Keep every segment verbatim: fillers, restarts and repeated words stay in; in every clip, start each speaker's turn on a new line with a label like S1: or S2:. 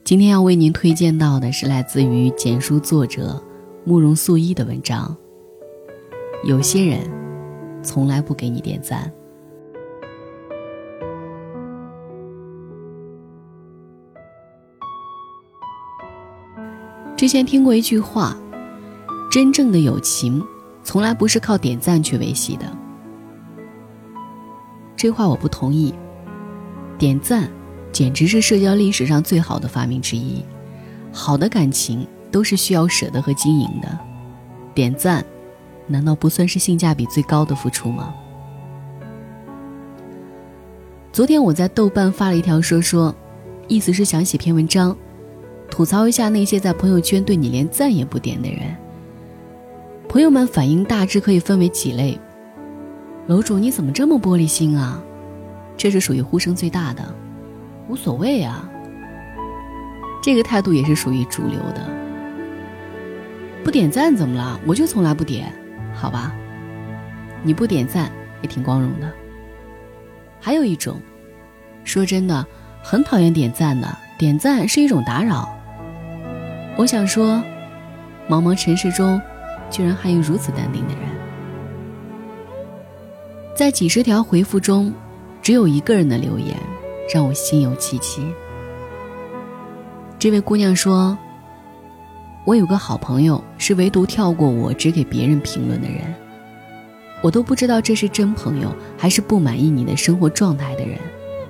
S1: 今天要为您推荐到的是来自于简书作者慕容素一的文章。有些人从来不给你点赞。之前听过一句话，真正的友情从来不是靠点赞去维系的。这话我不同意，点赞简直是社交历史上最好的发明之一。好的感情都是需要舍得和经营的，点赞难道不算是性价比最高的付出吗？昨天我在豆瓣发了一条说说，意思是想写篇文章，吐槽一下那些在朋友圈对你连赞也不点的人。朋友们反应大致可以分为几类。楼主你怎么这么玻璃心啊？这是属于呼声最大的，无所谓啊。这个态度也是属于主流的。不点赞怎么了？我就从来不点，好吧？你不点赞也挺光荣的。还有一种，说真的，很讨厌点赞的，点赞是一种打扰。我想说，茫茫尘世中，居然还有如此淡定的人。在几十条回复中，只有一个人的留言让我心有戚戚。这位姑娘说，我有个好朋友是唯独跳过我只给别人评论的人，我都不知道这是真朋友还是不满意你的生活状态的人。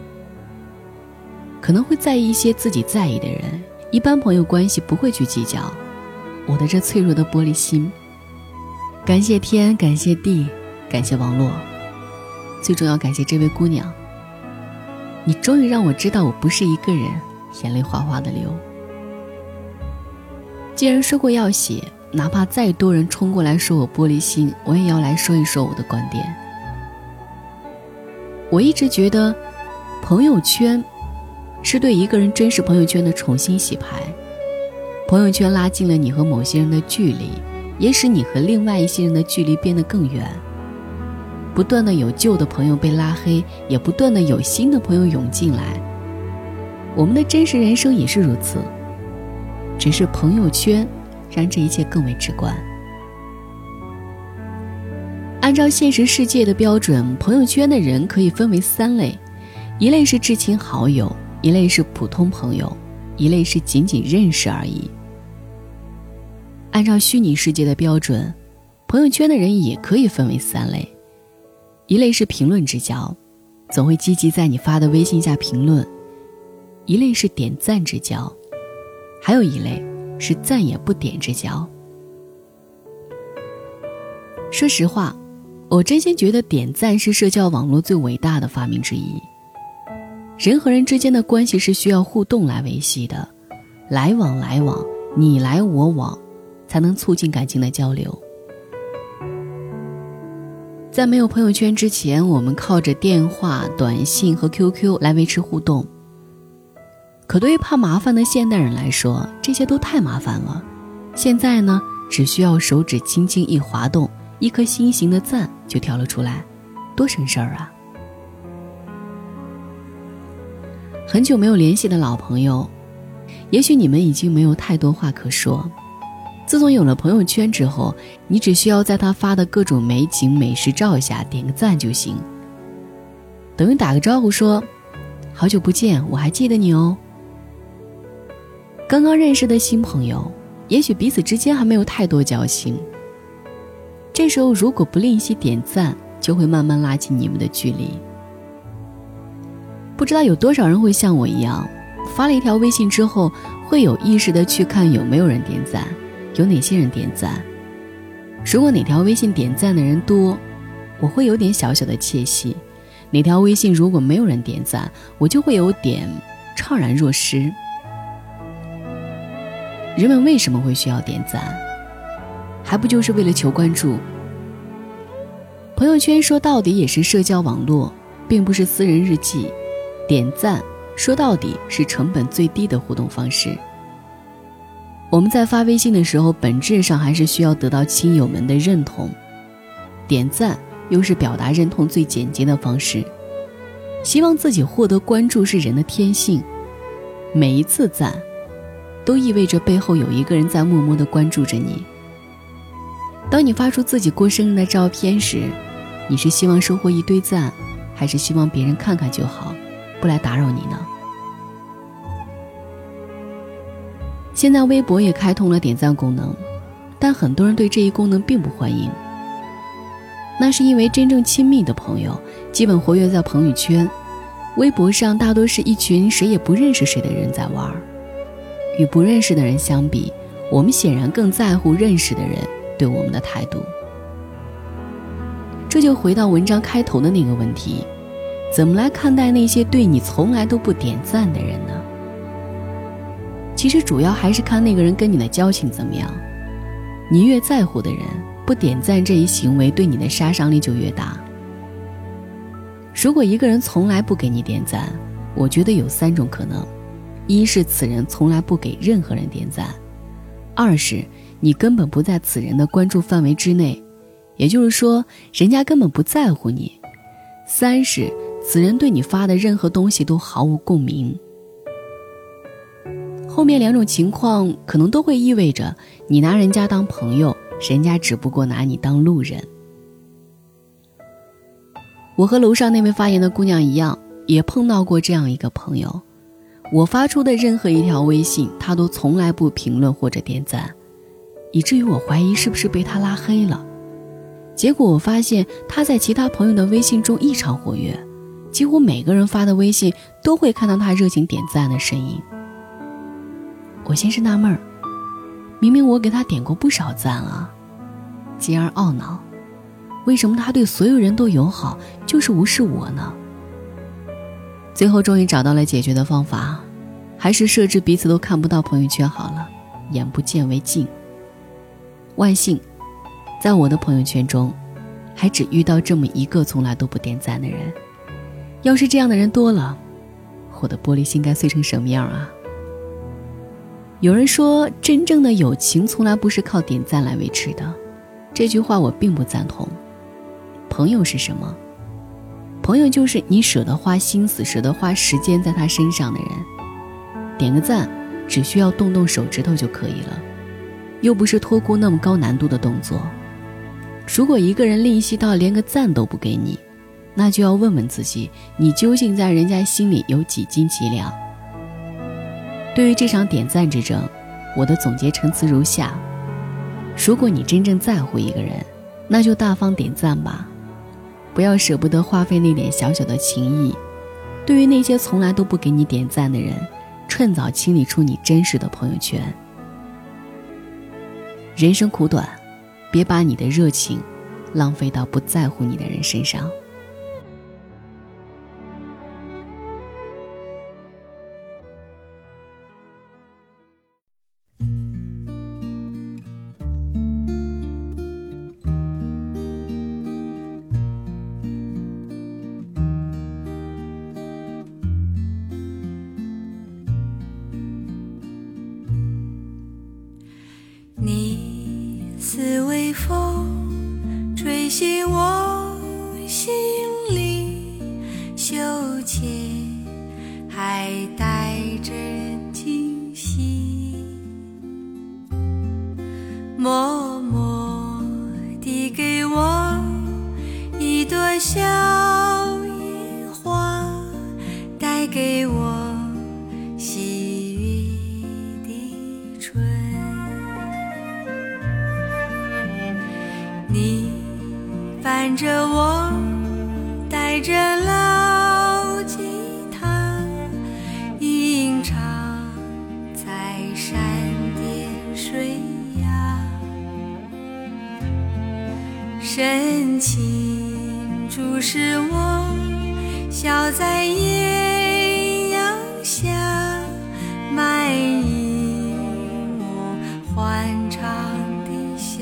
S1: 可能会在意一些自己在意的人，一般朋友关系不会去计较。我的这脆弱的玻璃心，感谢天，感谢地，感谢网络，最重要感谢这位姑娘，你终于让我知道我不是一个人眼泪哗哗的流。既然说过要写，哪怕再多人冲过来说我玻璃心，我也要来说一说我的观点。我一直觉得朋友圈是对一个人真实朋友圈的重新洗牌。朋友圈拉近了你和某些人的距离，也使你和另外一些人的距离变得更远。不断的有旧的朋友被拉黑，也不断的有新的朋友涌进来。我们的真实人生也是如此，只是朋友圈让这一切更为直观。按照现实世界的标准，朋友圈的人可以分为三类，一类是至亲好友，一类是普通朋友，一类是仅仅认识而已。按照虚拟世界的标准，朋友圈的人也可以分为三类，一类是评论之交，总会积极在你发的微信下评论；一类是点赞之交，还有一类是赞也不点之交。说实话，我真心觉得点赞是社交网络最伟大的发明之一。人和人之间的关系是需要互动来维系的，来往来往，你来我往，才能促进感情的交流。在没有朋友圈之前，我们靠着电话、短信和 Q Q 来维持互动。可对于怕麻烦的现代人来说，这些都太麻烦了。现在呢，只需要手指轻轻一滑动，一颗心形的赞就跳了出来，多省事儿啊！很久没有联系的老朋友，也许你们已经没有太多话可说。自从有了朋友圈之后，你只需要在他发的各种美景美食照下点个赞就行，等于打个招呼说好久不见，我还记得你哦。刚刚认识的新朋友，也许彼此之间还没有太多交心，这时候如果不吝惜点赞，就会慢慢拉近你们的距离。不知道有多少人会像我一样，发了一条微信之后，会有意识的去看有没有人点赞，有哪些人点赞。如果哪条微信点赞的人多，我会有点小小的窃喜；哪条微信如果没有人点赞，我就会有点怅然若失。人们为什么会需要点赞？还不就是为了求关注？朋友圈说到底也是社交网络，并不是私人日记。点赞说到底是成本最低的互动方式。我们在发微信的时候，本质上还是需要得到亲友们的认同，点赞又是表达认同最简洁的方式。希望自己获得关注是人的天性，每一次赞都意味着背后有一个人在默默地关注着你。当你发出自己过生日的照片时，你是希望收获一堆赞，还是希望别人看看就好，不来打扰你呢？现在微博也开通了点赞功能，但很多人对这一功能并不欢迎。那是因为真正亲密的朋友基本活跃在朋友圈，微博上大多是一群谁也不认识谁的人在玩。与不认识的人相比，我们显然更在乎认识的人对我们的态度。这就回到文章开头的那个问题，怎么来看待那些对你从来都不点赞的人呢？其实主要还是看那个人跟你的交情怎么样。你越在乎的人，不点赞这一行为对你的杀伤力就越大。如果一个人从来不给你点赞，我觉得有三种可能：一是此人从来不给任何人点赞；二是你根本不在此人的关注范围之内，也就是说人家根本不在乎你；三是此人对你发的任何东西都毫无共鸣。后面两种情况可能都会意味着你拿人家当朋友，人家只不过拿你当路人。我和楼上那位发言的姑娘一样，也碰到过这样一个朋友，我发出的任何一条微信，她都从来不评论或者点赞，以至于我怀疑是不是被她拉黑了。结果我发现她在其他朋友的微信中异常活跃，几乎每个人发的微信都会看到她热情点赞的身影。我先是纳闷儿，明明我给他点过不少赞啊，继而懊恼，为什么他对所有人都友好，就是无视我呢？最后终于找到了解决的方法，还是设置彼此都看不到朋友圈好了，眼不见为净。万幸，在我的朋友圈中，还只遇到这么一个从来都不点赞的人。要是这样的人多了，我的玻璃心该碎成什么样啊？有人说，真正的友情从来不是靠点赞来维持的，这句话我并不赞同。朋友是什么？朋友就是你舍得花心思、舍得花时间在他身上的人。点个赞，只需要动动手指头就可以了，又不是托孤那么高难度的动作。如果一个人吝惜到连个赞都不给你，那就要问问自己，你究竟在人家心里有几斤几两？对于这场点赞之争，我的总结陈词如下：如果你真正在乎一个人，那就大方点赞吧，不要舍不得花费那点小小的情谊。对于那些从来都不给你点赞的人，趁早清理出你真实的朋友圈。人生苦短，别把你的热情浪费到不在乎你的人身上。
S2: 你似微风吹醒我心里，羞怯还带着惊喜，默默地给我一朵小野花，带给我细雨的春。你伴着我，带着老吉他，吟唱在山巅水崖，深情注视我，笑在艳阳下，满一幕欢畅的夏。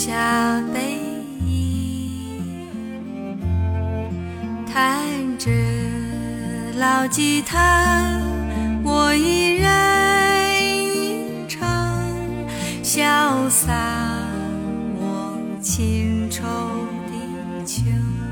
S2: 下背影，弹着老吉他，我依然吟唱，潇洒望情愁的秋。